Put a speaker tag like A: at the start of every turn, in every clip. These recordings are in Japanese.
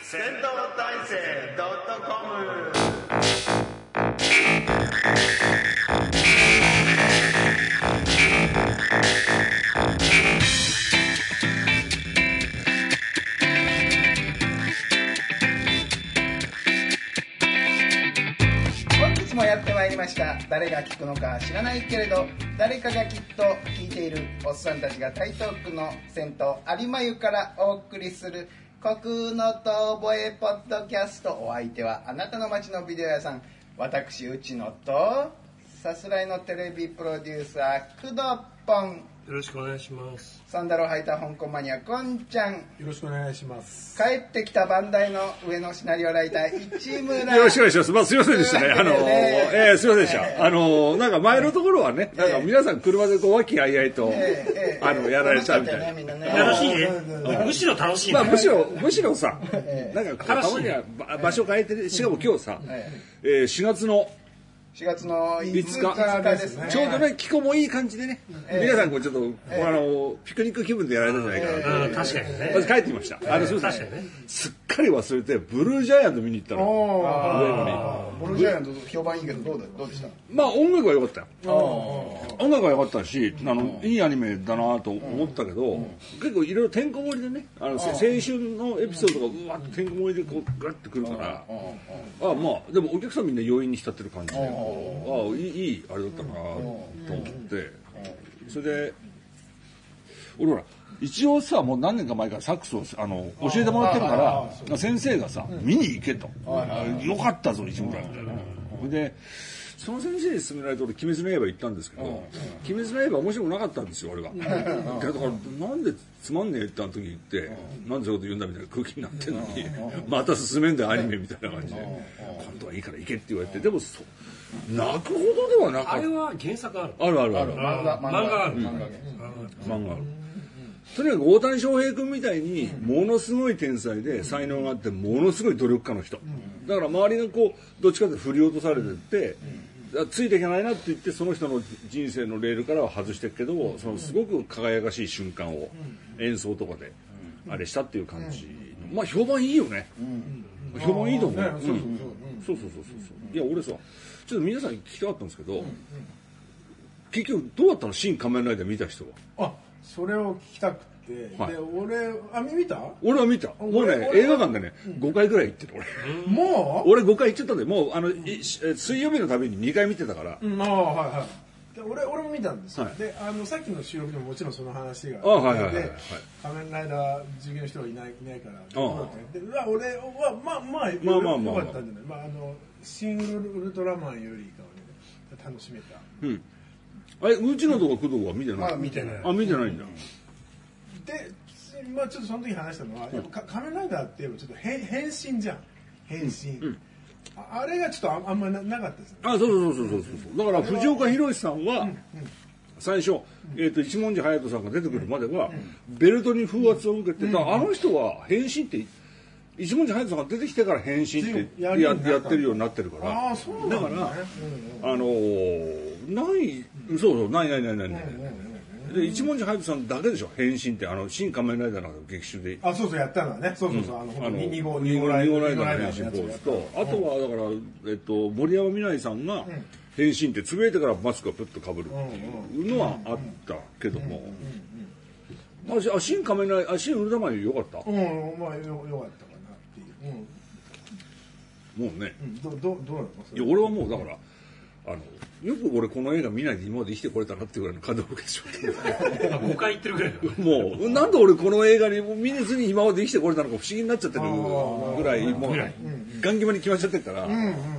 A: 戦闘体制.com。
B: 本日もやってまいりました。誰が聞くのか知らないけれど誰かがきっと聞いているおっさんたちが台東区の銭湯有馬湯からお送りする虚空の遠吠えポッドキャスト。お相手はあなたの街のビデオ屋さん、私内野とさすらいのテレビプロデューサー工藤ポン。
C: よろしくお願いします。
B: サンダルを履いた香港マニアこんちゃん。
D: よろしくお願いします。
B: 帰ってきたバンダイの上のシナリオライター市村。
E: よろしくお願いします。まあ、すいませんでしたね。すいませんでした。なんか前のところはね、なんか皆さん車でこう和気あいあいと、やられたみたいな。
C: 楽しいね。むしろ楽しいね。
E: まあ、むしろさ、なんかたまには場所変えて、しかも今日さ、4月の
B: 4月の5
E: 日
B: ですね。
E: ちょうどね、気候もいい感じでね、皆さんこうちょっと、ピクニック気分でやられたんじゃないかな。
C: 確かにね。
E: まず帰ってきました。すみません。すっかり忘れて、ブルージャイアント見に行ったの。
B: ブルージャイアント評判いいけど、どうでした？
E: まあ音楽は良かったよ。音楽は良かったし、いいアニメだなと思ったけど、結構いろいろてんこ盛りでね、青春のエピソードがうわっとてんこ盛りでこうグラッとくるから、まあでもお客さんみんな余韻に浸ってる感じで、いいあれだったなと思って、それで俺ほら一応さ、もう何年か前からサックスを教えてもらってるから、先生がさ、見に行けと、よかったぞ市村みたいな。でその先生に勧められて俺鬼滅の刃行ったんですけど、鬼滅の刃面白くなかったんですよ俺が。だからなんでつまんねえってあの時言ってなんでそういうこと言うんだみたいな空気になってんのに、また進めんだよアニメみたいな感じで、今度はいいから行けって言われて、でも泣くほどではなかった。
C: あれは原作ある？
E: ある。
C: 漫画ある。
E: 漫画ある。とにかく大谷翔平君みたいにものすごい天才で才能があってものすごい努力家の人だから、周りがこうどっちかというと振り落とされてってついていけないなって言って、その人の人生のレールからは外していくけど、そのすごく輝かしい瞬間を演奏とかであれしたっていう感じ。まあ評判いいよね。評判いいと思う。そう。いや俺さ、ちょっと皆さんに聞きたかったんですけど、結局どうだったの？新仮面ライダー見た人は。
D: それを聞きたくて、で俺見た？
E: 俺は見た。もうね、映画館でね、5回ぐらい行ってる俺。俺5回行っちゃったんで、もう水曜日のたびに2回見てたから。
D: で俺も見たんですよ。でさっきの収録でももちろんその話がで、仮面ライダー従業の人がいないから、で俺はまあ良かったんじゃない。シン・ウルトラマンよりかはね楽しめた。
E: うちのとか工藤は見てない？
B: 見てない。
E: 見てないんだ。
D: で、ちょっとその時話したのは、やっぱ仮面ライダーってちょっと変身じゃん。変身。あれがちょっとあんまなかったですね。
E: そう。だから藤岡弘さんは最初一文字隼人さんが出てくるまではベルトに風圧を受けて、あの人は変身って一文字隼人さんが出てきてから変身ってやってるようになってるから、だからないで一文字隼人さんだけでしょ変身って、新仮面ライダーの劇中で
D: そうやったのはね。2号
E: ライダーの変身ポーズと、あとはだから森山未來さんが変身ってつぶやいてからマスクがプッとかぶるのはあったけども、新仮面ライダー新ウルトラマンより良かった？
D: まあ良かったかなっていう。
E: もうね。
D: どうなの？
E: いや俺はもうだからよく俺この映画見ないで今まで生きてこれたなっていうぐらいの感動を受けてしまった
C: 5回言ってるぐらい
E: もうなんで俺この映画に見ずに今まで生きてこれたのか不思議になっちゃってるぐらい、もうガン決まり決まっちゃってるから。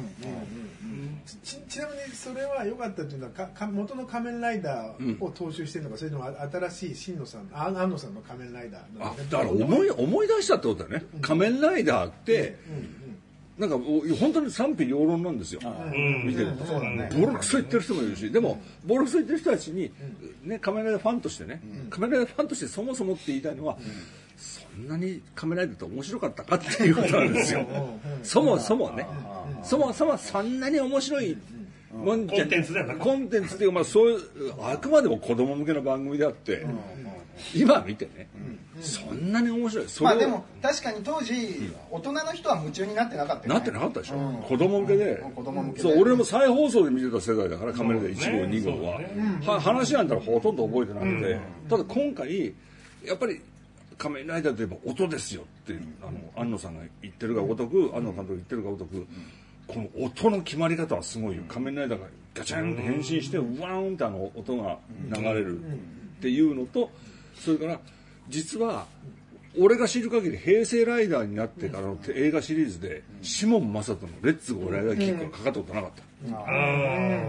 D: ちなみにそれは良かったっていうのは元の仮面ライダーを踏襲してるのか、それとも新しい新野さん安野さんの仮面ライダーの。
E: だから思い出したってことだよね。仮面ライダーってなんか本当に賛否両論なんですよ。見てるとボロクソ言ってる人もいるし、でもボロクソ言ってる人たちにね、仮面ライダーファンとしてね、仮面ライダーファンとしてそもそもって言いたいのは、そんなに仮面ライダーって面白かったかっていうことなんですよ。そもそもね、そもそもそんなに面白いもんじゃ、
C: コンテンツだよな。
E: コンテンツっていうか、まあそういうあくまでも子供向けの番組であって、今見てね、 そんなに面白い。
B: まあでも確かに当時、大人の人は夢中になってなかったよね。
E: なってなかったでしょ、子供向けで。
B: そう、
E: 俺も再放送で見てた世代だから、カメラで1号2号は、話なんたらほとんど覚えてなくて、ただ今回やっぱり仮面ライダーといえば音ですよって庵野さんが言ってるがごとく、庵野監督が言ってるがごとく、この音の決まり方はすごいよ。仮面ライダーがガチャンって変身してワーンって音が流れるっていうのと、それから実は俺が知る限り平成ライダーになってからの映画シリーズでシモン・マサトのレッツゴーライダーキックがかかったことなかった。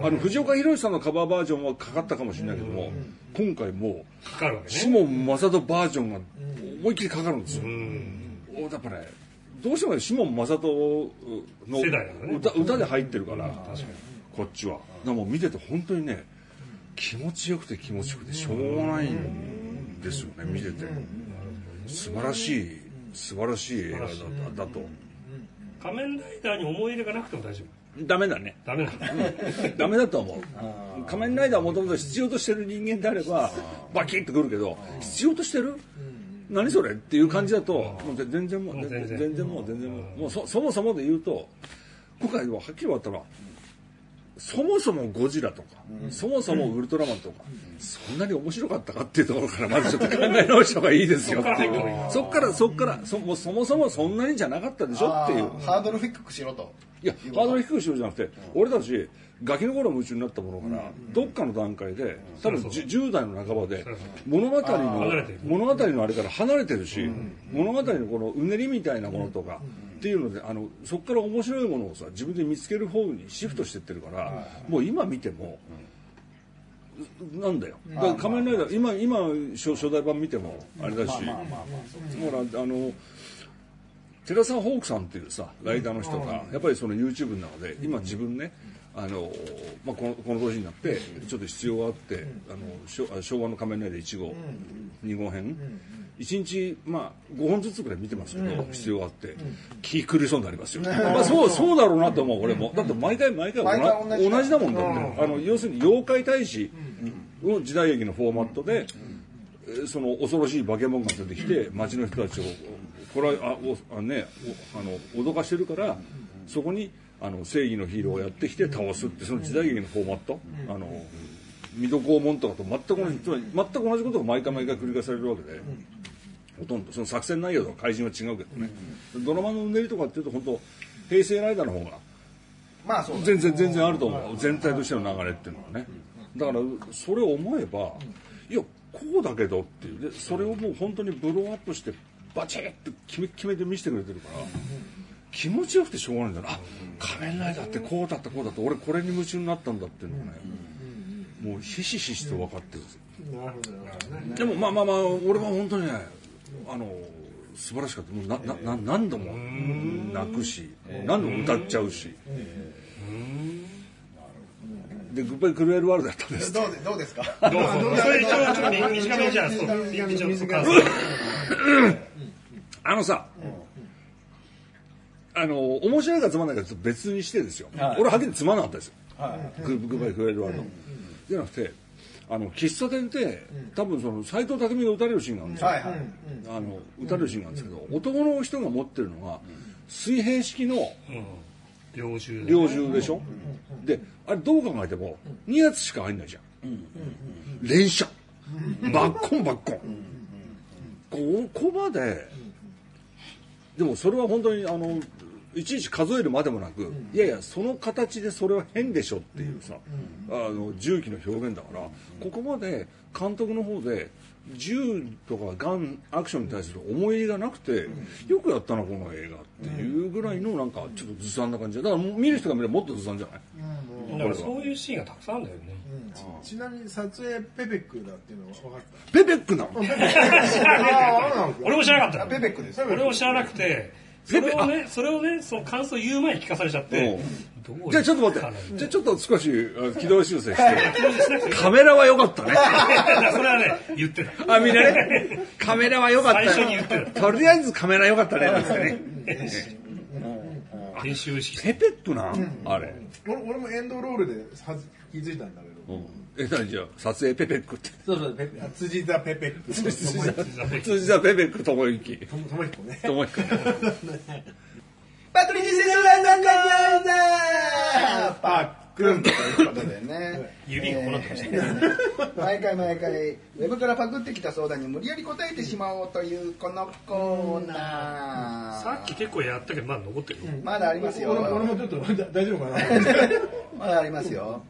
E: 藤岡弘さんのカバーバージョンはかかったかもしれないけども、今回もうシモン・マサトバージョンが思いっきりかかるんですよ。やっぱね、どうしてもシモン・マサトの歌で入ってるから、こっちは。だからもう見てて本当にね、気持ちよくて気持ちよくてしょうがないんですよね、見てて。素晴らしい映画だと。
C: 仮面ライダーに思い入れがなくても大丈夫？
E: ダメだね。
C: ダメなんだ。
E: ダメだと思う。仮面ライダーはもともと必要としてる人間であればバキッとくるけど、必要としてる？何それっていう感じだと、もう全然もうそもそもで言うと、今回ははっきり言ったら、そもそもゴジラとか、そもそもウルトラマンとか、そんなに面白かったかっていうところからまずちょっと考え直した方がいいですよっていう。そっからそもそもそんなにじゃなかったでしょっていう。
B: ハードル低くしろと。
E: いや、ハードル低くしろじゃなくて、俺たちガキの頃夢中になったものから、どっかの段階で多分10代の半ばで物語のあれから離れてるし、物語のこのうねりみたいなものとかっていうので、そこから面白いものをさ、自分で見つける方にシフトしてってるから、もう今見てもなんだよ。だから仮面ライダー今初代版見てもあれだし、ほら寺澤ホークさんっていうさライダーの人がやっぱりその YouTube の中で今自分ね、この年になってちょっと必要があって、昭和の仮面ライダー1号、2号編、1日5本ずつぐらい見てますけど、必要があって気狂いそうになりますよ。そうだろうなと思う俺も。だって毎回同じだもんだって。要するに妖怪大使の時代劇のフォーマットで、その恐ろしい化け物が出てきて街の人たちをこれは脅かしてるから、そこに正義のヒーローをやってきて倒すって、その時代劇のフォーマット、水戸黄門とかと全く同じことが毎回繰り返されるわけで、ほとんどその作戦内容とか怪人は違うけどね、ドラマのうねりとかっていうと本当平成ライダーの方が全然あると思う。全体としての流れっていうのはね。だからそれを思えば、いやこうだけどっていうで、それをもう本当にブローアップしてバチッと決めて見せてくれてるから、気持ちよくてしょうがないんだな。仮面ライダーってこうだった俺これに夢中になったんだっていうのがね、もうひしひしと分かってるんですよ。でも俺は本当にね、素晴らしかった。もう何度も泣くし、何度も歌っちゃうし。でグッバイクルエルワールドだったんです。
B: どうですか？
C: それちょっと短めじゃん。
E: さ、面白いかつまんないかちょっと別にしてですよ。俺はっきりつまんなかったですよ。グッバイクルエルワールド。じゃなくて、喫茶店って多分その斎藤工が歌れるシーンがあるんですよ。歌れるシーンなんですけど、男の人が持ってるのは水平式の
C: 猟銃
E: でしょ。であれどう考えても2発しか入んないじゃん。連射バッコンここまで。でもそれは本当にいちいち数えるまでもなく、いやその形でそれは変でしょっていうさ、銃器の表現だから、ここまで監督の方で銃とかガンアクションに対する思い入れがなくて、よくやったなこの映画っていうぐらいのなんかちょっとずさんな感じで、だから見る人が見ればもっとずさんじゃない？
C: だからそういうシーンがたくさんあるんだよね。
D: ちなみに撮影ペペックだっていうのは分かった？
E: ペペックなの？
C: 俺も知らなかった。
B: ペペックです。
C: 俺も知らなくて、それをねその感想言う前に聞かされちゃって。
E: じゃあちょっと待って。じゃあちょっと少し軌道修正して。カメラは良かったね。
C: それはね言ってた。
E: みんなね。カメラは良かった。
C: 最初に言ってた。
E: とりあえずカメラ良かったねなんてね。
C: 編集意識。
E: ペペックなあれ。
D: 俺もエンドロールで気づいたんだけど、
E: 何じゃあ撮影ペペックって。
D: そうそう、辻田ペペック。
E: 辻田ペペック智之。
D: 智彦ね。
E: 智彦。
B: パクリジセルランドカパックンということでね。
C: 指がこうなってましたね。
B: 毎回ウェブからパクってきた相談に無理やり答えてしまおうというこのコーナー。
C: さっき結構やったけどまだ残ってるよ。
B: まだありますよ。
D: 俺もちょっと大丈夫かな。
B: まだありますよ。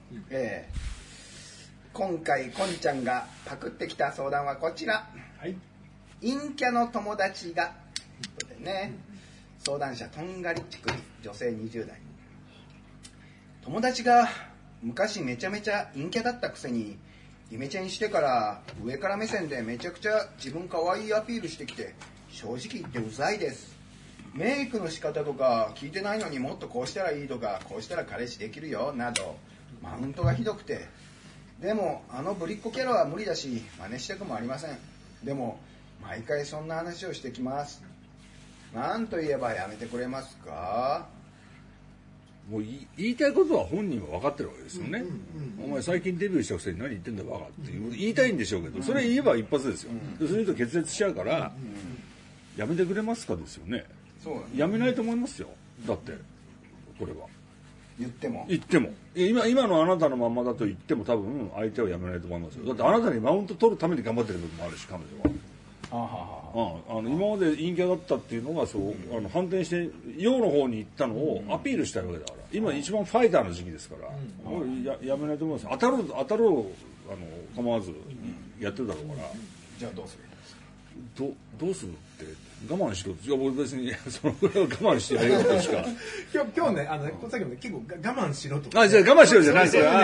B: 今回こんちゃんがパクってきた相談はこちら。
D: はい。
B: 陰キャの友達がということでね。相談者とんがりちくり女性20代。友達が昔めちゃめちゃ陰キャだったくせにイメチェンしてから上から目線でめちゃくちゃ自分可愛いアピールしてきて正直言ってうざいです。メイクの仕方とか聞いてないのにもっとこうしたらいいとかこうしたら彼氏できるよなどマウントがひどくて、でもあのぶりっ子キャラは無理だし真似したくもありません。でも毎回そんな話をしてきます。なんと言えばやめてくれますか。
E: もう言いたいことは本人は分かってるわけですよね。お前最近デビューしたくせに何言ってんだバカって言いたいんでしょうけど、それ言えば一発ですよ。でそれ言うと決裂しちゃうから、やめてくれますかですよね。
B: そう
E: やめないと思いますよ。だってこれは
B: 言っても
E: 今のあなたのまんまだと言っても多分相手はやめないと思いますよ。だってあなたにマウント取るために頑張ってる部分もあるし、彼女は。今まで陰キャだったっていうのがそう反転して陽の方に行ったのをアピールしたいわけだから、今一番ファイターの時期ですから、やめないと思います。当たろう構わずやってるだろうから。
B: じゃあどうする
E: どうするって我慢しろって。いや僕別にそのぐらいは我慢してやれよとしか
D: 今日ねさっきもね結構我慢しろとか。
E: じゃあ我慢しろじゃないですよ。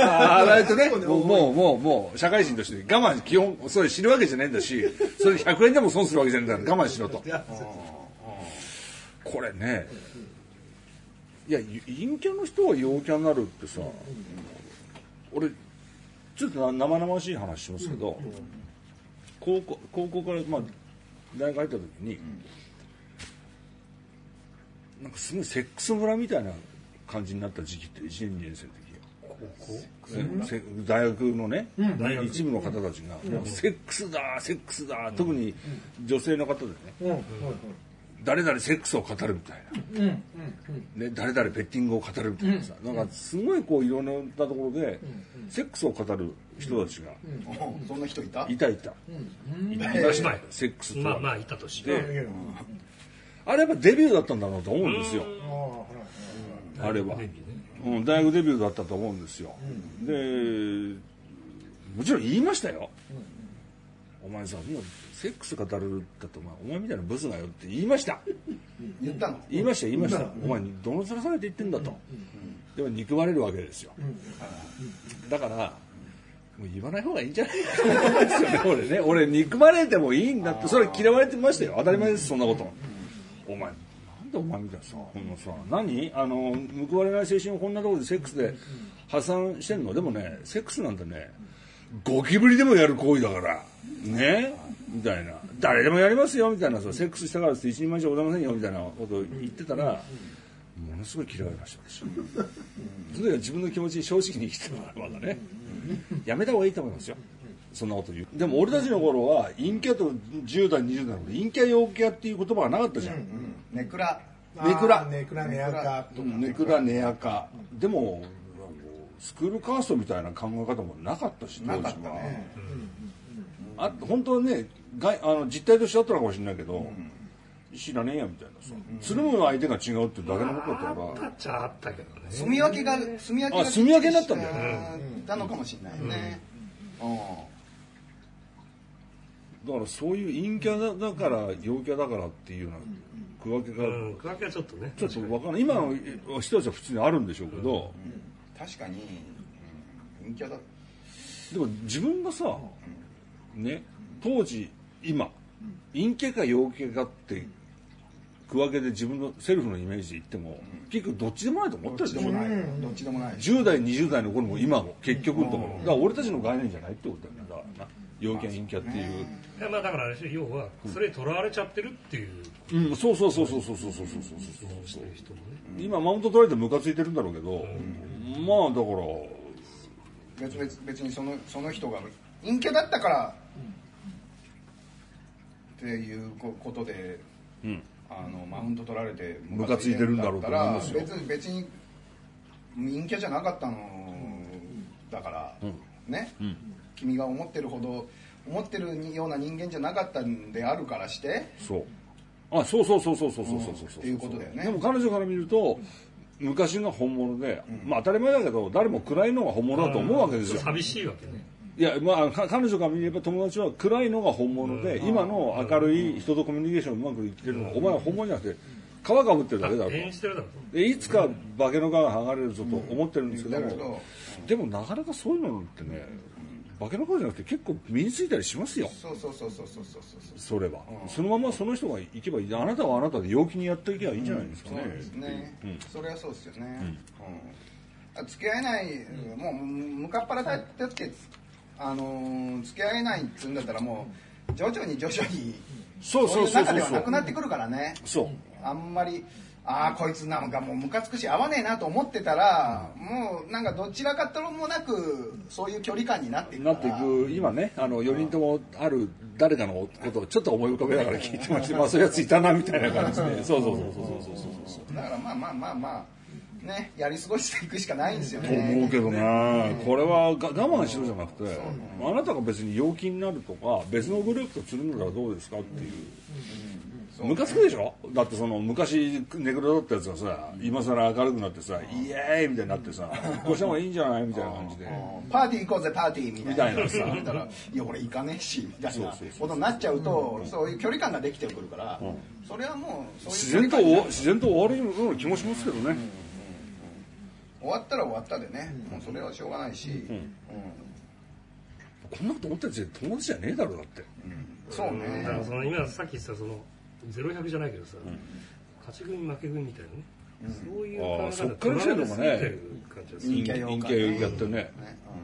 E: もう社会人として我慢基本それ知るわけじゃないんだし、それ100円でも損するわけじゃないんだから我慢しろと。これね、いや陰キャの人は陽キャになるってさ、俺ちょっと生々しい話しますけど、高校から大学入った時に、なんかすごいセックス村みたいな感じになった時期って1年2年生の時、大学のね、一部の方たちが、セックスだ、特に女性の方でね、誰々セックスを語るみたいな、誰々ペッティングを語るみたいなさ、なんかすごいこういろんなところでセックスを語る人たちが、
B: そんな人いた
E: いたセックスとは
C: まあいたとして、
E: あれやっぱデビューだったんだろうと思うんですよ。あれは大学デビューだったと思うんですよ。でもちろん言いましたよ。お前さ、もうセックス語るだとお前みたいなブスがよって言いました。
B: 言ったの？
E: 言いました。お前どの面下げて言ってんだと。でも憎まれるわけですよ。だからもう言わない方がいいんじゃないかと思うんですよね。俺憎まれてもいいんだって。それ嫌われてましたよ。当たり前です、そんなこと。お前なんでお前みたいなさ、何報われない精神をこんなところでセックスで破産してんの。でもね、セックスなんてね、ゴキブリでもやる行為だからね、みたいな、誰でもやりますよみたいな、セックスしたからって一人前じゃございませんよみたいなことを言ってたら、ものすごい嫌われました私。それでは自分の気持ちに正直に生きてもらうまだね、やめた方がいいと思いますよ、そんなこと言う。でも俺たちの頃は陰キャと10代20代の頃陰キャ陽キャっていう言葉がなかったじゃん。
B: ネクラ
D: ネアカとか。
E: ネクラネアカでもスクールカーストみたいな考え方もなかったし、当時は。本当はね、実態としてあったのかもしれないけど、知らねえやみたいなさ、つるむ相手が違うっていうだけのことだったから。
C: あっちゃあったけどね。
B: 住み分けが
E: 住み分けになったんだよ
B: ね。たのかもしれないね。
E: だからそういう陰キャだから陽キャだからっていうような区分けが、
C: 区分けはちょっとね、
E: ちょっと分からない。今の人たちは普通にあるんでしょうけど、
B: 確かに陰キャだ。
E: でも自分がさ、ね、当時今陰キャか陽キャかって区分けで自分のセルフのイメージで言っても、結局どっちでもないと思ってるでしょ。
B: どっちでもない。
E: 10代20代の頃も今も結局のところ、だから俺たちの概念じゃないってことだよね。だからな、陽キャ陰キャっていう。
C: だから要はそれにとらわれちゃってるっていう。
E: そう。今マウント取られてムカついてるんだろうけど、まあだから
B: 別にその人が陰キャだったからっていうことで、マウント取られて
E: ムカついてるんだろうと思いますよ。
B: 別に陰キャじゃなかったのだから、ね、君が思ってるような人間じゃなかったんであるからして、
E: そう
B: っていうことだよね。
E: でも彼女から見ると昔が本物で、まあ当たり前だけど誰も暗いのが本物だと思うわけですよ。
C: 寂しいわけね。
E: いや、まあ彼女から見れば友達は暗いのが本物で、今の明るい人とコミュニケーションうまくいってるのは、お前は本物じゃなくて皮かぶってるだけだと。でいつか化けの皮が剥がれるぞと思ってるんですけども、でもなかなかそういうのってね、化けの皮じゃなくて結構身についたりしますよ。それは、そのままその人が行けばいい。あなたはあなたで陽気にやっていけばいいんじゃないですかね。
B: そうですね。それはそうですよね。付き合えない、もう向かっ腹だって付き合えないっつうんだったらもう徐々にそういう中ではなくなってくるからね。あんまりこいつなんかもうムカつくし合わねえなと思ってたら、もうなんかどちらかともなくそういう距離感になっていく。今ね、4人ともある誰かのことをちょっと思い浮かべながら聞いてまして、そういうやついたなみたいな感じで、そうだからまあね、やり過ごしていくしかないんですよね。と思うけどね、これは我慢しろじゃなくて、あなたが別に陽気になるとか別のグループとつるむのはどうですかっていう。ムカつくでしょ。だってその昔ネクラだったやつがさ、今更明るくなってさ、イエーイみたいになってさ、こうした方がいいんじゃないみたいな感じで、パーティー行こうぜパーティーみたいなさ、いや俺行かねえしみたいなことになっちゃうと、そういう距離感ができてくるから、それはもう自然と終わるような気もしますけどね。終わったら終わったでね、もうそれはしょうがないし、こんなこと思ったやつ友達じゃねえだろうだって。そうね。
C: だからその今さっき言ったその0-100じゃないけどさ、勝ち組負け組みたいなね、そういう考え方
E: そっからしてるのがね、陰キャやってね。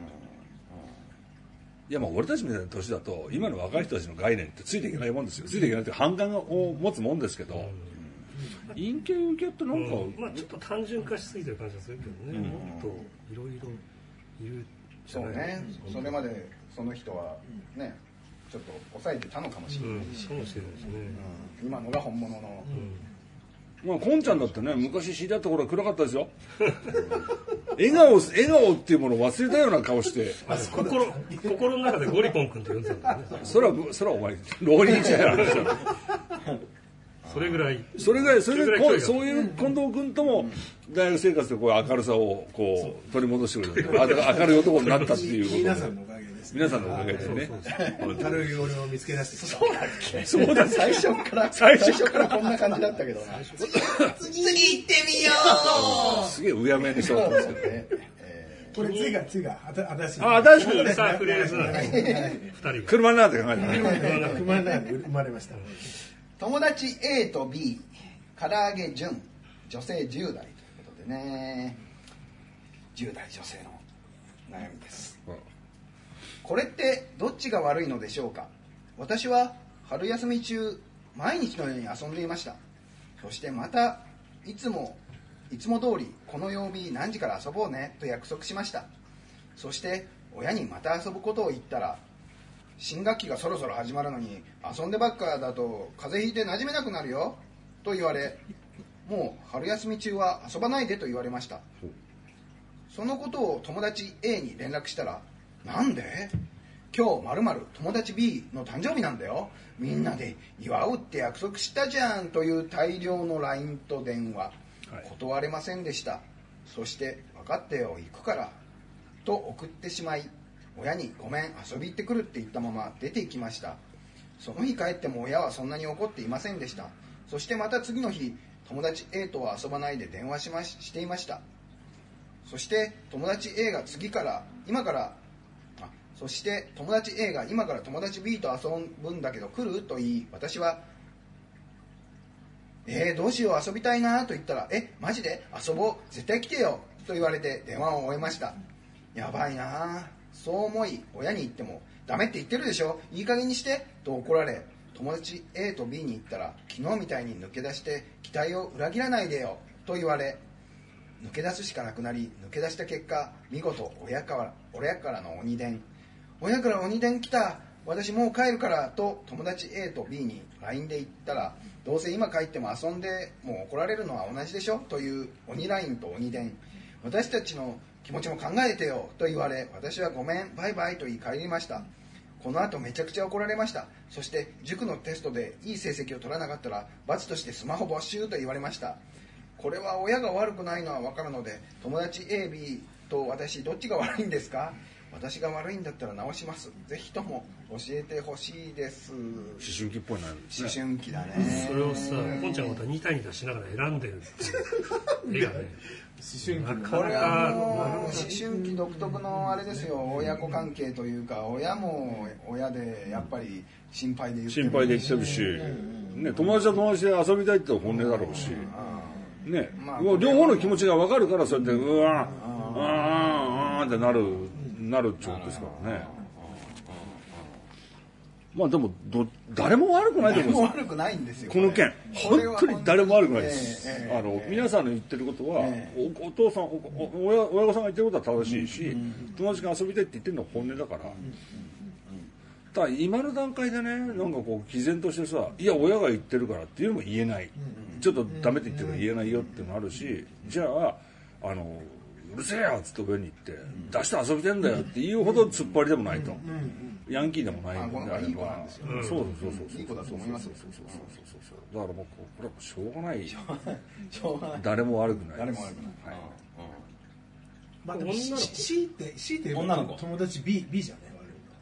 E: いやまあ俺たちみたいな年だと今の若い人たちの概念ってついていけないもんですよ。ついていけないって反感を持つもんですけど、陰キャってなんか、
C: まあちょっと単純化しすぎてる感じがするけどね、もっといろいろいるじゃない。
B: そうね。それまでその人はね、ちょっと抑えてたのかもしれないし、今のが本物の。
E: まあこんちゃんだってね、昔知り合った頃は暗かったですよ。笑顔っていうものを忘れたような顔して、
C: 心の中でゴリポン君って呼んでたんだね。
E: それはお前浪人者やな。
C: それぐらい
E: そういう近藤君とも大学生活でこう明るさをこう取り戻してくれる、明るい男になったっていうことで、
D: 皆さんのおかげです
E: 皆さんのおかげでね、
D: 軽い俺を見つけ出して。
B: そうだっけ。そうだ、最初からこんな感じだったけどな。次行ってみよう。
E: すげえうやめにしようと思うんですけど、
D: これ次が新しい。
E: 新しい
C: さあフレーズ2人
E: 車の中で考えてね。
D: 車の中で生まれました。
B: 友達 A と B、唐揚げ純、女性10代ということでね、10代女性の悩みです。これってどっちが悪いのでしょうか。私は春休み中毎日のように遊んでいました。そしてまたいつも通りこの曜日何時から遊ぼうねと約束しました。そして親にまた遊ぶことを言ったら、新学期がそろそろ始まるのに遊んでばっかだと風邪ひいて馴染めなくなるよと言われ、もう春休み中は遊ばないでと言われました。そのことを友達 A に連絡したら、なんで？今日〇〇友達 B の誕生日なんだよ、みんなで祝うって約束したじゃんという大量の LINE と電話、断れませんでした。そして分かったよ行くからと送ってしまい、親にごめん遊び行ってくるって言ったまま出て行きました。その日帰っても親はそんなに怒っていませんでした。そしてまた次の日、友達 A とは遊ばないで電話していました。そして友達 A が今から友達 B と遊ぶんだけど来ると言い、私はどうしよう遊びたいなと言ったら、マジで遊ぼう絶対来てよと言われて電話を終えました。やばいな、そう思い親に言ってもダメって言ってるでしょ、いい加減にしてと怒られ、友達 A と B に言ったら、昨日みたいに抜け出して期待を裏切らないでよと言われ、 抜け出すしかなくなり、抜け出した結果、見事親からの鬼伝。親から鬼伝来た、私もう帰るからと友達 A と B に LINE で言ったら、どうせ今帰っても遊んでもう怒られるのは同じでしょという鬼 LINE と鬼伝。私たちの気持ちも考えてよと言われ、私はごめんバイバイと言い帰りました。この後めちゃくちゃ怒られました。そして塾のテストでいい成績を取らなかったら罰としてスマホ没収と言われました。これは親が悪くないのは分かるので、友達 A、B と私どっちが悪いんですか？私が悪いんだったら直します。ぜひとも教えてほしいです。思
E: 春期っぽいな、
B: 思春期だね。
C: それをさ、ポンちゃんがまたニタニタしながら選んでるっていう絵がね、
B: これはもう思春期独特のあれですよ、親子関係というか、親も親でやっぱり心配で言ってるし、
E: ね、友達は友達で遊びたいって本音だろうし、ね、両方の気持ちが分かるからそうやってうわーってなるってことですからね。まあでも誰も悪くないと思うんですよ。
B: 誰も悪くないんですよ。
E: この件本当に誰も悪くないです。皆さんの言ってることは、お父さん親御さんが言ってることは正しいし、友達が遊びたいって言ってるのは本音だから。ただ今の段階でね、なんかこう毅然としてさ、いや親が言ってるからっていうのも言えない、ちょっとダメって言ってるから言えないよっていうのもあるし、じゃあうるせえよっつって上に行って、出して遊びてんだよっていうほど突っ張りでもないと、ヤンキーでもないのであれば、
B: いい子なんですよ。いい子だと思いますよ。
E: だからもうこれはしょうがない。
B: しょうがない。
E: 誰も悪くない。
B: 誰も悪くない。
D: まあでも強いて
B: 女の子
D: 友達 B じゃね。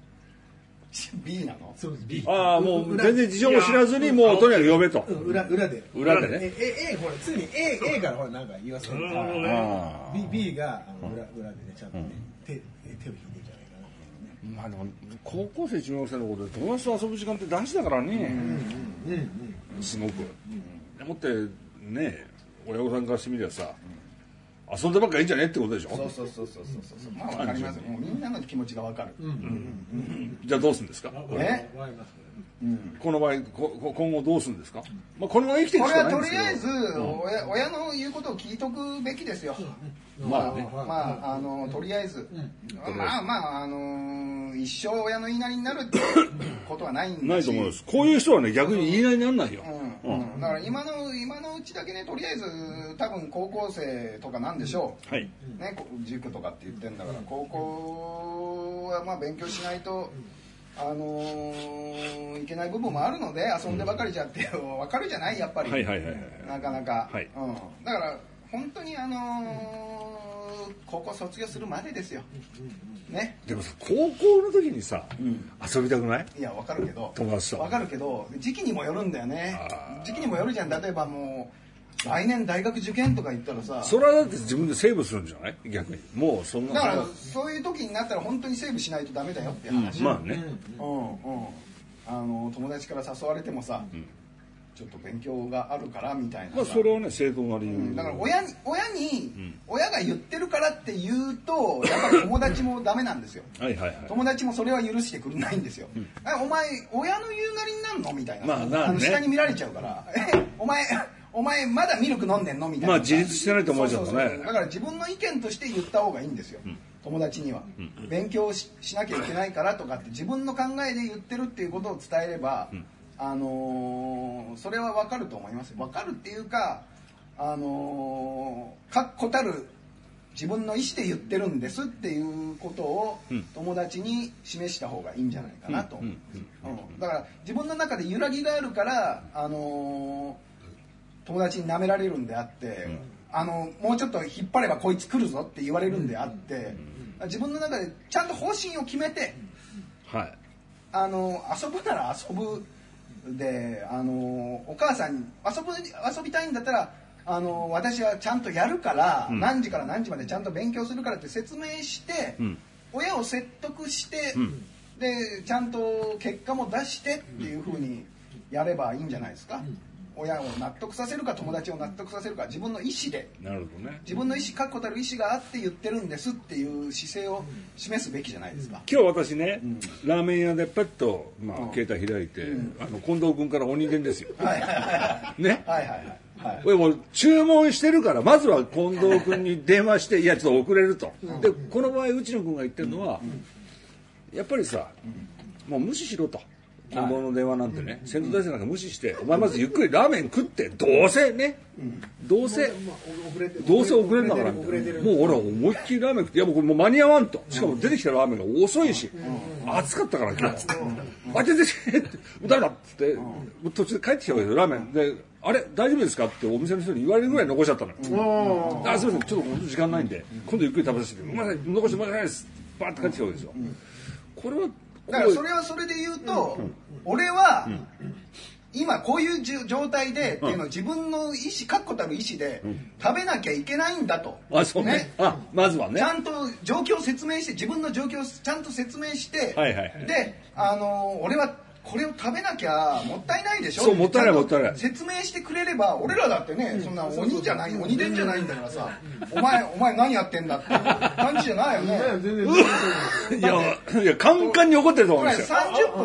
B: B なの？
D: そうです B。
E: ああ、もう全然事情も知らずにもうとにかく呼べと。
D: 裏でね。A ほら常に A からほらなんか言わせる。B が裏でねちゃんとね手を引いてるんじゃないかな。
E: まあでも高校生中学生のことで友達と遊ぶ時間って大事だからね。すごく。でもってね、親御さんからしてみりゃさ。遊んでばっかりいいんじゃねってことでしょ。
B: そう。まあわかります。もうみんなの気持ちがわかる。
E: じゃあどうするんですか。この場合今後どうするんですか。まあこのまま生きていくしかないんですけど。
B: これはとりあえず親の言うことを聞いとくべきですよ。
E: まあね。
B: まあとりあえずまあ一生親の言いなりになるってことはないんだし。
E: ないと思います。こういう人はね逆に言いなりにならないよ。
B: だから今のうちだけね、とりあえず多分高校生とかなんでしょう、ね、塾とかって言ってんだから、高校はまあ勉強しないと、いけない部分もあるので、遊んでばかりじゃって分かるじゃない、やっぱり、なかなか、だから本当に高校卒業するまでですよ、ね。
E: でもさ、高校の時にさ、遊びたくない？
B: いや、分かるけど、
E: 友達と
B: 分かるけど、時期にもよるんだよね。時期にもよるじゃん。例えばもう来年大学受験とか言ったらさ、
E: それはだって自分でセーブするんじゃない？逆にもうそんな。
B: だからそういう時になったら本当にセーブしないとダメだよって話。
E: まあね。
B: 友達から誘われてもさ、ちょっと勉強があるからみたいな。
E: まあそれはね、正当な理由。
B: だから親が言ってるからって言うと、やっぱり友達もダメなんですよ。友達もそれは許してくれないんですよ。お前親の言うなりになんのみたいな。下に見られちゃうから、お前まだミルク飲んでんのみたいな。
E: まあ自立してないと思われちゃうとね。
B: だから自分の意見として言った方がいいんですよ。友達には勉強しなきゃいけないからとかって自分の考えで言ってるっていうことを伝えれば、それは分かると思います。分かるっていうか、確固たる自分の意思で言ってるんですっていうことを友達に示した方がいいんじゃないかなと。だから自分の中で揺らぎがあるから、友達に舐められるんであって、もうちょっと引っ張ればこいつ来るぞって言われるんであって、自分の中でちゃんと方針を決めて、遊ぶなら遊ぶで、お母さんに遊びたいんだったら、私はちゃんとやるから、何時から何時までちゃんと勉強するからって説明して、親を説得して、でちゃんと結果も出してっていうふうにやればいいんじゃないですか。親を納得させるか友達を納得させるか、自分の意思で、自分の意思、確固たる意思があって言ってるんですっていう姿勢を示すべきじゃないですか。
E: 今日私ね、ラーメン屋でパッと、携帯開いて、近藤君から鬼伝ですよ。 俺もう注文してるからまずは近藤君に電話していやちょっと遅れると、でこの場合内野君が言ってるのは、やっぱりさ、もう無視しろと。近藤の電話なんてね、先頭大臣なんか無視して、お前まずゆっくりラーメン食って、どうせね、どうせ遅れるんだから、もう俺は思いっきりラーメン食って、いやもう間に合わんと。しかも出てきたラーメンが遅いし、暑かったから今日。あ、出てきて、誰だって、途中で帰ってきたわけですよ、ラーメン。で、あれ大丈夫ですかってお店の人に言われるぐらい残しちゃったのよ。あ、すみません、ちょっと時間ないんで、今度ゆっくり食べさせて、ごめんなさい、残してもらえないです。バーって帰ってきたわけですよ。これは、
B: だからそれはそれで言うと、俺は今こういう状態でっていうのを自分の意思確固たる意思で食べなきゃいけないんだと、
E: あ、そうね。あ、まずはね。
B: ちゃんと状況を説明して自分の状況をちゃんと説明して、で俺はこれを食べなきゃもったいないでしょ。
E: そう、もったいないもったいない。
B: 説明してくれれば、俺らだってね、そんな鬼じゃない、鬼伝じゃないんだからさ、お前何やってんだって感じじゃないよね。
E: いやカンカンに怒ってると思うんですよ。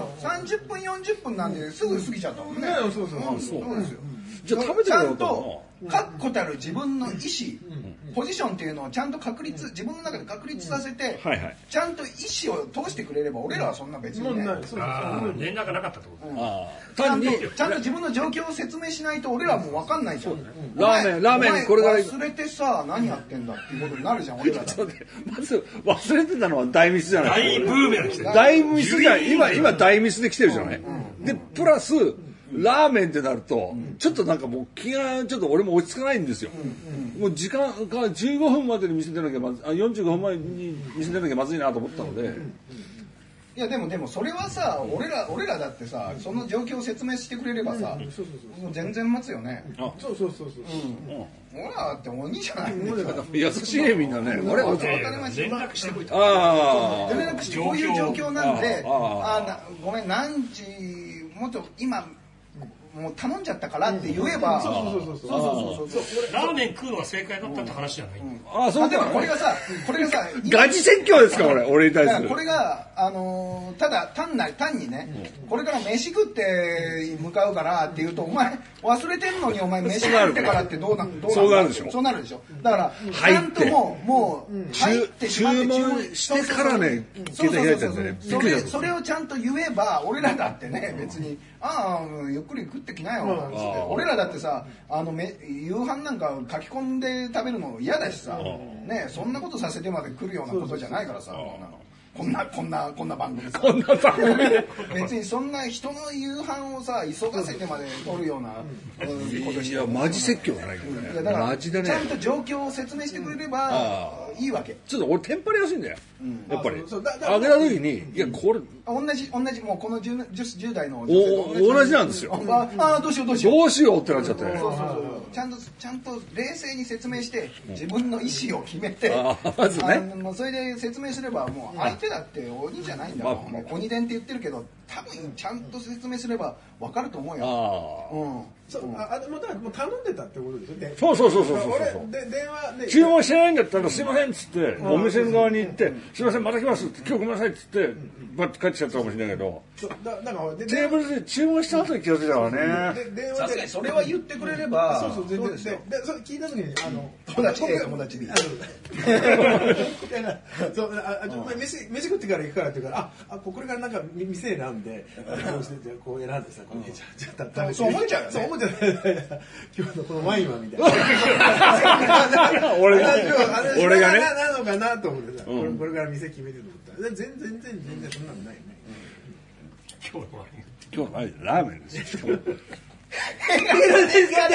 B: 30分40分なんですぐ過ぎちゃったもんね。そうですよ。
E: じゃあ食べて
B: ちゃんと確固たる自分の意思、ポジションっていうのをちゃんと自分の中で確立させて、ちゃんと意思を通してくれれば、俺らはそんな別にね、
C: 連絡がなかったってこと
B: ね。ちゃんと自分の状況を説明しないと俺らも分かんないじゃん。
E: ラーメンこれから
B: 忘れてさ、何やってんだっていうことになるじゃん、俺らだって。
E: まず忘れてたのは大ミスじゃない。
C: 大ブーメラン来てる。
E: 大ミスじゃない。今大ミスで来てるじゃない。でプラスラーメンってなると、ちょっとなんかもう気がちょっと俺も落ち着かないんですよ。もう時間が15分までに店出なきゃ45分前に店出なきゃまずいなと思ったので。
B: いやでもそれはさ、俺らだってさ、その状況を説明してくれればさ、もう全然待つよね。
D: そう。
B: 俺らだって鬼じゃない。
E: 優しいねみんなね。
C: 連絡してこいと。
B: 連絡してこういう状況なんで、ごめん何時もっと今もう頼んじゃったからって言えば、そう
C: ラーメン食うのが正解だったって話じゃない。
B: あ、そうだ。これがさ
E: ガチ説教ですか俺に対する。
B: これがただ単にね、これから飯食って向かうからっていうと、お前忘れてんのにお前飯食ってからってどうなる
E: そうなるでしょ。
B: そうなるでしょ。だからちゃんともう入って
E: 注文してからね、
B: それをちゃんと言えば、俺らだってね、別にゆっくり食ってきなよなんつって、俺らだってさ、夕飯なんか書き込んで食べるの嫌だしさ、ね、そんなことさせてまで来るようなことじゃないからさ、こんな番組さ、別にそんな人の夕飯をさ急がせてまで取るようなことして、
E: いやマジ説教じゃないけどね。
B: だから
E: マジでね、
B: ちゃんと状況を説明してくれればいいわけ。
E: ちょっと俺テンパりやすいんだよ、やっぱり。あげた時に、いやこれ
B: 同じもうこの10代の
E: 同じなんですよ。
B: どうしよう
E: ってなっちゃって。
B: ちゃんと冷静に説明して自分の意思を決めて、
E: まずね、
B: それで説明すれば、もう相手だって鬼じゃないんだもん。鬼伝って言ってるけど、多分ちゃんと説明すれば分かると思うよ。
D: もう頼んでたってことですよ。
E: そう。
D: 電話で
E: 注文してないんだったらすいませんっつってお店側に行って、すいませんまた来ますって今日ごめんなさいっつってバッて帰ってきちゃったかもしれないけど、テーブルで注文した後に気がついたからね。
B: さすがにそれは言ってくれれば。
D: そうですよ。でそれ聞いた時に
B: 友達に
D: 飯食ってから行くからって言うからこれからなんか店選んでこう選んでさ、
B: そう思っちゃうよね。
D: そう思っちゃう。今日のこのワインはみたいな。
E: 俺がね
D: なのかなと思ってさ、これから店決めてると思ったら全然そんなのないよね。
E: 今日はラーメンですよ。
B: どう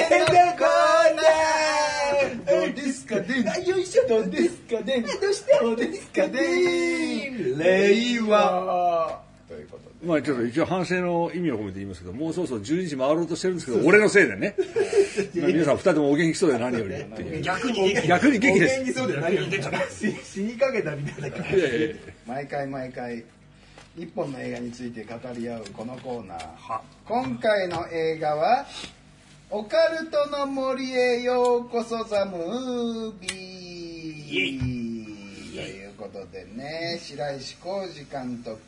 B: ですかね。よいしょ。どうですかね。どうですかね。令和。ということで。
E: まあちょっと一応反省の意味を込めて言いますけど、もうそろそろ12時回ろうとしてるんですけど、俺のせいでね。皆さん2人ともお元気そうで何よりっていう。
C: 逆に元
E: 気です。
D: お元気そうで何より死にかけたみたいな感じ。
B: 毎回一本の映画について語り合うこのコーナー。今回の映画はオカルトの森へようこそザムービーということでね、白石浩二監督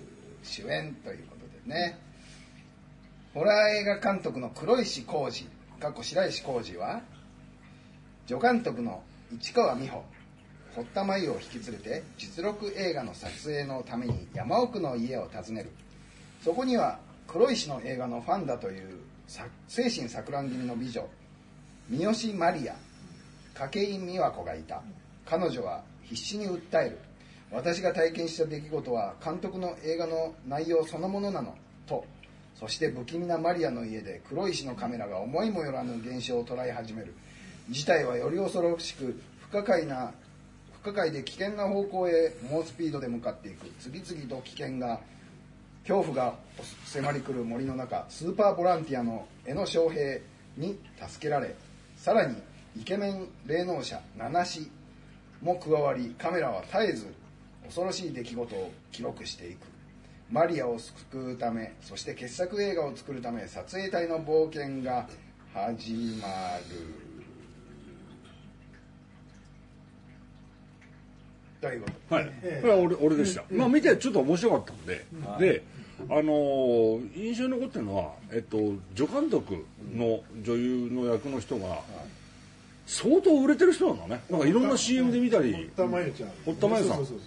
B: 主演ということでね、ホラー映画監督の黒石浩二白石浩二は助監督の市川美穂、堀田真由を引き連れて実録映画の撮影のために山奥の家を訪ねる。そこには黒石の映画のファンだという精神錯乱気味の美女三好マリア、筧美和子がいた。彼女は必死に訴える。私が体験した出来事は監督の映画の内容そのものなのと。そして不気味なマリアの家で黒石のカメラが思いもよらぬ現象を捉え始める。事態はより恐ろしく不可解で危険な方向へ猛スピードで向かっていく。次々と危険が恐怖が迫り来る森の中、スーパーボランティアの江野昌平に助けられ、さらにイケメン霊能者七志も加わり、カメラは絶えず恐ろしい出来事を記録していく。マリアを救うため、そして傑作映画を作るため、撮影隊の冒険が始まるということ。
E: はい、これは俺でした。まあ見てちょっと面白かったんで、で、印象に残ってるのは、助監督の女優の役の人が相当売れてる人なんだね。なんかいろんな CM で見たり、
D: 堀田真由ちゃん、
E: 堀田真由さん、
D: そう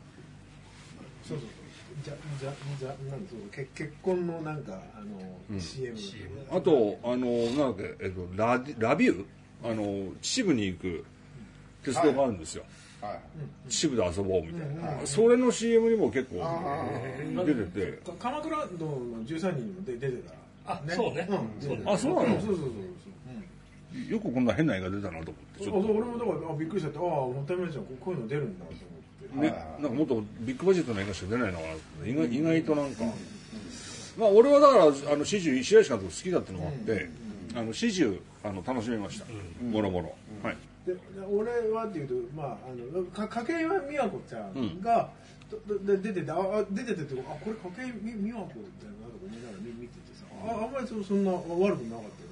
D: 結婚のなんかCM、
E: あとなんだっけ、ラビュー、秩父に行く鉄道があるんですよ。秩父で遊ぼうみたいな、それの CM にも結構出てて、
D: 鎌倉殿の13人にも出てた。
C: あ、そうね。
E: あ、そうなの。
D: そう
E: よくこんな変な映画出たなと思って。
D: 俺もだからびっくりしちゃって、ああ、堀田真由ちゃんこういうの出るんだと思って。
E: ね、なんかもっとビッグバジェットの映画しか出ないのかな。意外となんか、まあ俺はだから始終白石監督好きだってのがあって、始終楽しめました。もろもろ。はい。
D: で俺はっていうと、まあ筧美和子ちゃんが出てて、ってこれ筧美和子だよなと思いながら見ててさ、あんまりそんな悪くなかったなと思って、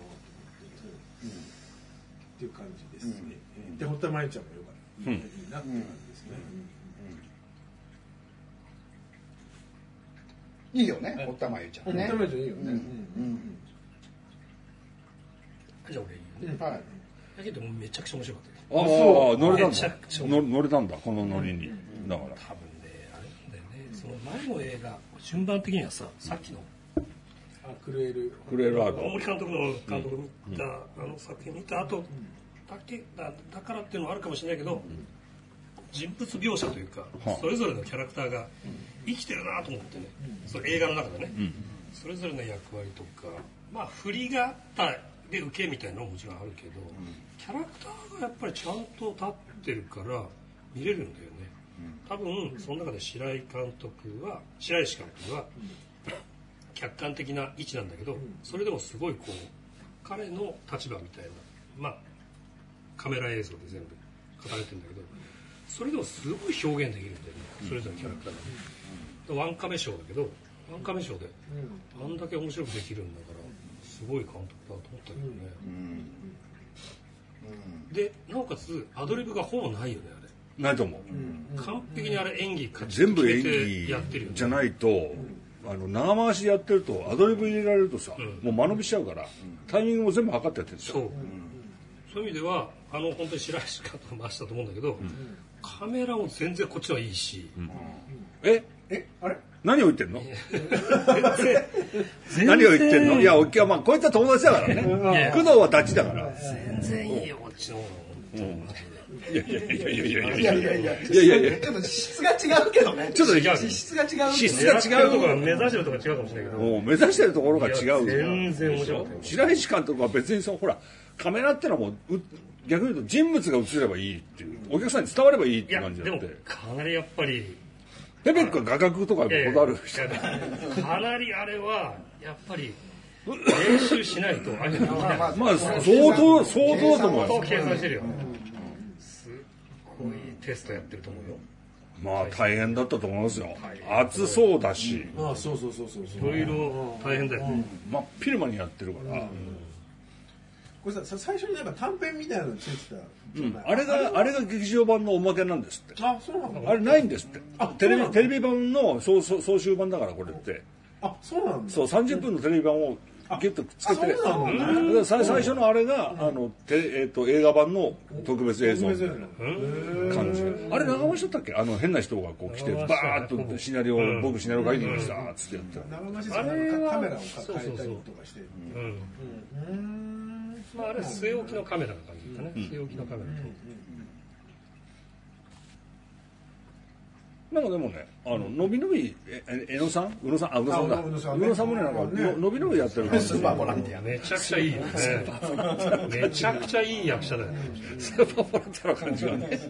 D: っていう感じですね。で堀田真由ちゃんもよかった、いいなって感じですね。
B: いいよね、堀田真由ちゃんね。
D: 堀田真由ちゃんいいよね。
C: じゃあ俺いいよね。はい。だけどめちゃくちゃ面白かった。
E: ああ、乗れたんだ、このノリに。だから。
C: 多分ね、あれなんだよね。その前の映画、順番的にはさ、さっきの
D: クルエル
E: アート。
C: 大森監督の見た作品見た後だからっていうのもあるかもしれないけど、人物描写というか、それぞれのキャラクターが生きてるなと思ってね、その映画の中でね、それぞれの役割とか、まあ振りがあったで受けみたいなのももちろんあるけど、キャラクターがやっぱりちゃんと立ってるから見れるんだよね。多分その中で白石監督は客観的な位置なんだけど、それでもすごいこう彼の立場みたいな、まあカメラ映像で全部語られてるんだけど、それでもすごい表現できるんだよね、それぞれのキャラクターが。ワンカメショーだけど、ワンカメショーであんだけ面白くできるんだからすごい監督だと思ったけどね。でなおかつアドリブがほぼないよね、あれ。
E: ないと思
C: う。完璧にあれ演技
E: 全部演技じゃないと、長回しでやってるとアドリブ入れられるとさ、もう間延びしちゃうから、タイミングも全部測ってやってるんですよ。
C: そういう意味では本当に白石監督回したと思うんだけど、カメラも全然こっちはいいし。
D: あれ
E: 何を言ってんの？何を言ってんの？いや、まあこういった友達だからね。工藤はダチだから。
C: 全然いいよ、こっちの方が。
E: いや、
B: ちょっと質が違うけどね。
E: ちょっと
B: 質が違う。
C: 質が違うとか目指してるところが違うかもしれないけど。
E: 目指してるところが違う。
C: 全然面白かった。
E: 白石監督は別にほらカメラってのはもう逆に言うと人物が映ればいいっていう、お客さんに伝わればいいって感じであって。
C: でもかなりやっぱり。
E: ペペックは画角とかこだわる人。
C: かなりあれはやっぱり練習しないとあれできない。
E: まあ相当だと思う。
C: 相当計算してるよ。すごいテストやってると思うよ。
E: まあ大変だったと思いますよ。暑そうだし。
D: ああ、そう。
C: いろいろ大変だよ。
E: 真っ昼間にやってるから。
D: これさ、最初になんか短編みたいなのついてた。
E: あれが劇場版のおまけなんですって。
D: あ、そうなんだ。
E: あれないんですって。テレビ版の総集版だからこれって。
D: あ、そうなんだ。
E: そう、30分のテレビ版をギュッとつけて、最初のあれが映画版の特別映像みたいな感じ。あれ長回しだったっけ？変な人がこう来てバーッと僕シナリオ書いてきましたっつってやって
D: 長回しカメラを変えたりとかして。
C: まああれ据え置きのカメラの感じだね。据え置きのカメラと。
E: なんかでもね、のびのび、宇野さんもね、なんか、のびのびやってる感じ。
B: スーパーボランティア。
C: めちゃくちゃいいよね。めちゃくちゃいい役者だよね。
E: スーパーボランティアの感じがね。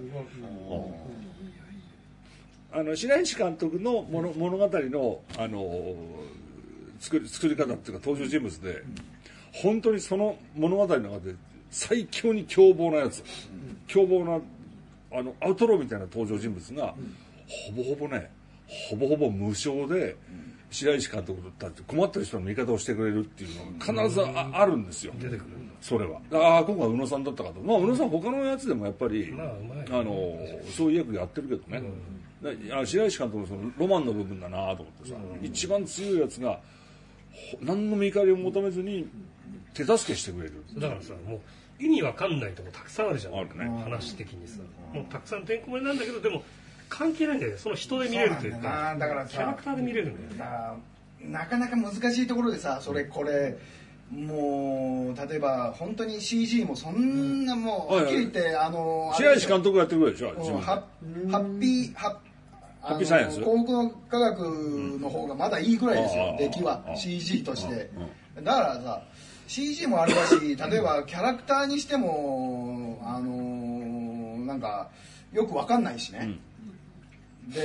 E: 白石監督の物語の、作り方っていうか登場人物で、本当にその物語の中で最強に凶暴なやつ、凶暴な、アウトローみたいな登場人物が、ほぼほぼ無償で白石監督だって困ってる人の味方をしてくれるっていうのが必ずあるんですよ。
C: 出てくる。
E: それは。今回宇野さんだったかと。まあ宇野さん他のやつでもやっぱり、そういう役やってるけどね。白石監督のそのロマンの部分だなと思ってさ、一番強いやつが何の見返りを求めずに手助けしてくれる。
C: だからさ、もう意味わかんないとこたくさんあるじゃん。
E: あるね。
C: 話的にさ、もうたくさんてんこ盛りなんだけど、でも関係ないんだよ。その人で見れるというか、
B: だから
C: キャラクターで見れるんだよ。
B: なかなか難しいところでさ、これもう例えば本当に CG もそんなもうはっきり言って
E: 白石監督がやってるぐらいでしょ。
B: ハッピーサイエンス、考古科学の方がまだいいぐらいですよ、出来は CG として。だからさ CG もあれだし、例えばキャラクターにしてもなんかよくわかんないしね。で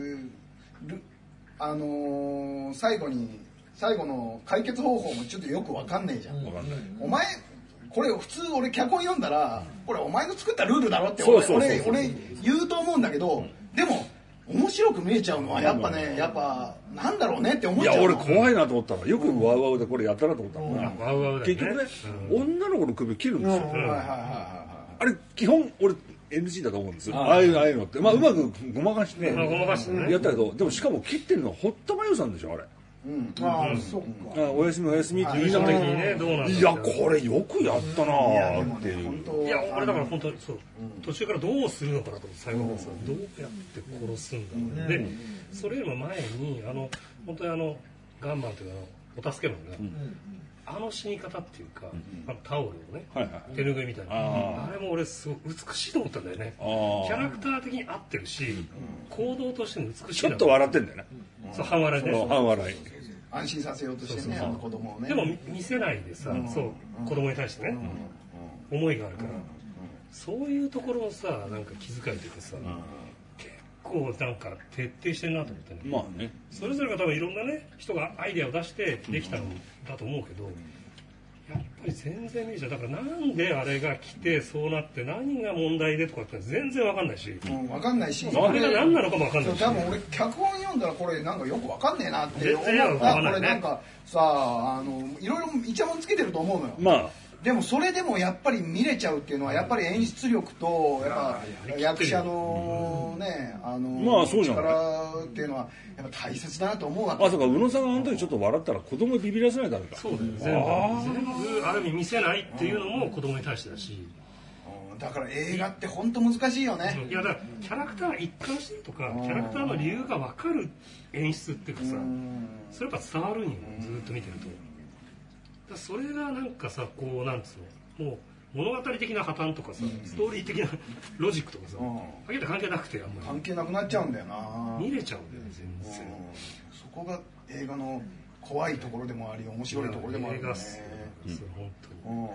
B: 最後の解決方法もちょっとよくわかんないじゃん。お前これ普通俺脚本読んだらこれお前の作ったルールだろって俺言うと思うんだけど、でも面白く見えちゃうのはやっぱね、なんだろうねって思っちゃう。
E: いや俺怖いなと思ったらよくワウワウでこれやったなと思ったの。結局ね、女の子の首切るんですよ。あれ基本俺NG だと思うんですよ。ああいうのってうまくごまかしてやったけど、でもしかも切ってるのは堀田真由さんでしょあれ。
D: そっか。
E: おやすみおやすみって言いながら、いやこれよくやったなーっていう。
C: いや俺だから本当にそう、途中からどうするのかなと思って最後のさ、どうやって殺すんだろう。でそれよりも前に本当にガンマンというお助けマンが死に方っていうか、タオルをね、手拭いみたいな、あれも俺すごく美しいと思ったんだよね。キャラクター的に合ってるし、行動としても美しい。
E: ちょっと笑ってんだよね。
C: そう半笑いね。
E: 半笑い。
B: 安心させようとしてね、子供をね。
C: でも見せないでさ、そう子供に対してね、思いがあるから、そういうところをさ、なんか気遣いというかさ、結構なんか徹底してるなと思ってね。
E: まあね。
C: それぞれが多分いろんなね人がアイデアを出してできたのだと思うけど、やっぱり全然見えちゃう。だからなんであれが来てそうなって何が問題でとかって全然わかんないし、
B: わかんないし、
C: あれが何なのかもわかんないし。
B: 多分俺脚本読んだらこれなんかよくわかんねえなって思った。
C: こ
B: れなんかさいろいろイチャモンつけてると思うのよ。
E: まあ。
B: でもそれでもやっぱり見れちゃうっていうのはやっぱり演出力とやっぱ役者のね力っていうのはやっぱ大切だなと思うわけ。
E: そうか、宇野さんがあの時ちょっと笑ったら子供ビビらせないだろうか。
C: そうだよ。全部ある意味見せないっていうのも子供に対してだし。
B: だから映画って本当難しいよね。
C: いやだからキャラクター一貫してるとかキャラクターの理由が分かる演出っていうかさ、それやっぱ伝わるんよ、ずっと見てると。それがなんかさ、こうなんつうの、もう物語的な破綻とかさ、ストーリー的なロジックとかさ、関係なくてあんまり
B: 関係なくなっちゃうんだよな。
C: 見れちゃうんだよね全然。
B: そこが映画の怖いところでもあり面白いところでもあるよね。
C: そう本当に。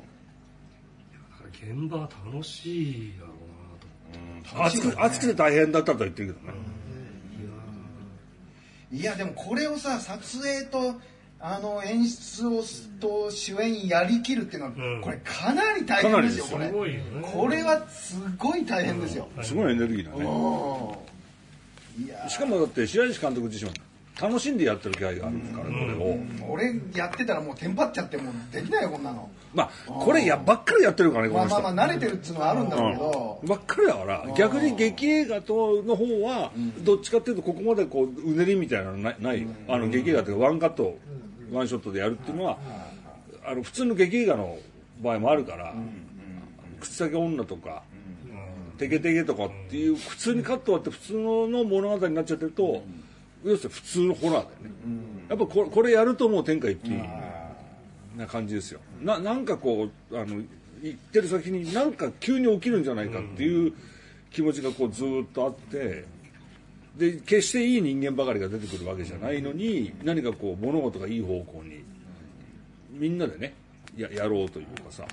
C: だから現場は楽しいだろうなと思って。
E: 暑くて大変だったとは言ってるけどね。
B: いやでもこれをさ、撮影と演出をと主演やりきるっていうのは、これかなり大変ですよ。これはすごい大変ですよ。
E: すごいエネルギーだね。しかもだって白石監督自身は楽しんでやってる気合があるから、これを。
B: 俺やってたらもうテンパっちゃってもうできないよこんなの。
E: まあこればっかりやってるからね、この人。
B: まあ慣れてるっていうのはあるんだろうけど、
E: ばっかりだから逆に劇映画の方はどっちかっていうとここまでこううねりみたいなのない。劇映画っていうかワンカットワンショットでやるっていうのは普通の劇映画の場合もあるから、口先女とか、テケテケとかっていう普通にカットあって普通の物語になっちゃってると、要するに普通のホラーだよね。やっぱこれやるともう天下一品な感じですよ。なんかこう行ってる先になんか急に起きるんじゃないかっていう気持ちがこうずっとあって、で決していい人間ばかりが出てくるわけじゃないのに、何かこう物事がいい方向にみんなでねやろうというかさ、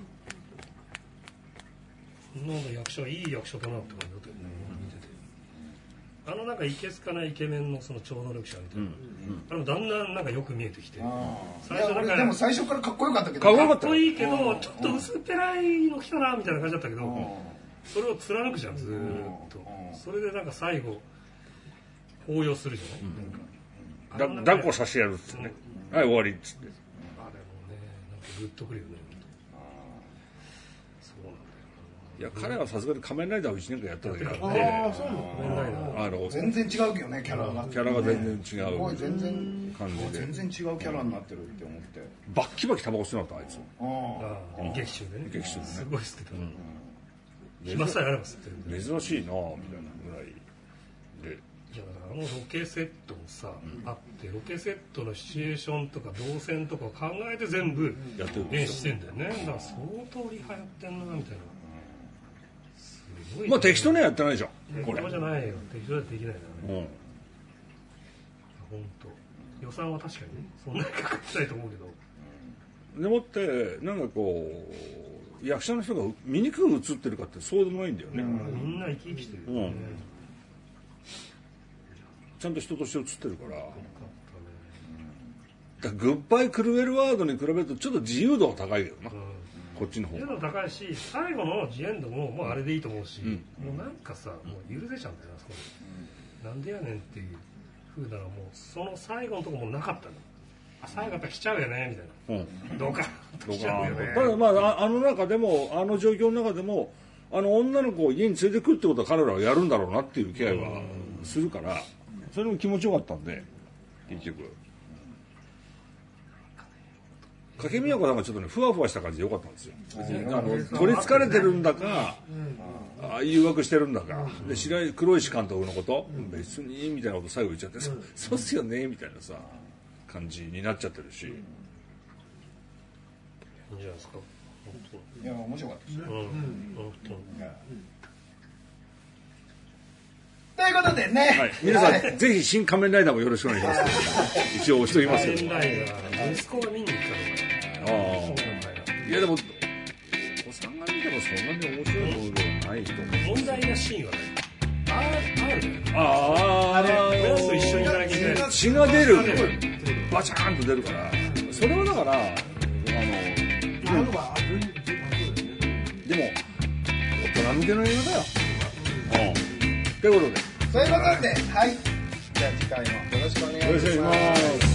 C: なんか役者はいい役者だなって感じだったよね、見てて。なんかいけすかないイケメンのその超能力者みたいな、だんだんなんかよく見えてきて、
B: 最初なんかでも最初からかっこよかったけど、
C: かっこいいけどちょっと薄っぺらいの来たなみたいな感じだったけど、それを貫くじゃんずーっと。それでなんか最後抱擁するじゃない、
E: 抱っこさせてやるっつってね、はい終わりっつって、
C: あれもねなんかグッとくるよね。そうなんだよ。
E: いや彼はさすがに仮面ライダーを1年間やっただけあって、
B: 全然違うけどね、キャラが
E: 全然違う
B: 全然
E: 感じで、
B: 全然違うキャラになってるって思って、
E: バッキバキタバコ吸ってなかったあいつ。
C: 劇中でね。
E: 劇中でね
C: すごい吸ってた。暇さえあれば吸ってる。
E: 珍しいなみたいなぐらいで。
C: いやだからロケセットもさ、あってロケセットのシチュエーションとか動線とかを考えて全部
E: やってる
C: 演出してんだよね。だから相当リハやってんなみたいな。すごい、
E: まあ適当にはやってないじゃんこれ。
C: 適当じゃないよ。適当じゃできないな。本当。予算は確かにねそんなにかかってないと思うけど。
E: でもってなんかこう役者の人が醜く映ってるかってそうでもないんだよね。
C: みんな生き生きしてるよね。
E: ちゃんと人として映ってるから。グッバイクルエルワードに比べるとちょっと自由度は高いけどな、こっちの方が。
C: 自由度高いし、最後のジエンドももうあれでいいと思うし、もうなんかさ、もう許せちゃうんだよな、そこで。なんでやねんっていう風なのもうその最後のところもなかったの。最後やっぱ来ちゃうよねみたいな。どうか来ちゃうよね。
E: ただまあ中でも状況の中でも女の子を家に連れてくるってことは彼らはやるんだろうなっていう気配はするから、それも気持ちよかったんで結局。掛宮子なんかちょっとねふわふわした感じでよかったんですよ。別に取りつかれてるんだか、誘惑してるんだか、で黒石監督のこと、別にみたいなこと最後言っちゃって、そうっすよねみたいなさ感じになっちゃってるし。いいん
C: じゃないですか。
B: いや面白かったですね。ということでね、
E: はい、皆さん、ぜひ新仮面ライダーもよろしくお願いします。一応押しておきますけど。
C: 仮面ライダー息子が見に行ったのかな。
E: いやでもお子さんが見てもそんなに面白いものではないと思う。
C: 問題なシーンはね。
E: 親
C: と一緒にいただきたい。
E: 血が出る、バチャーンと出るから、それはだからでも大人向けの映画だよ。ということで。
B: はい、じゃあ次回もよろしくお願いします。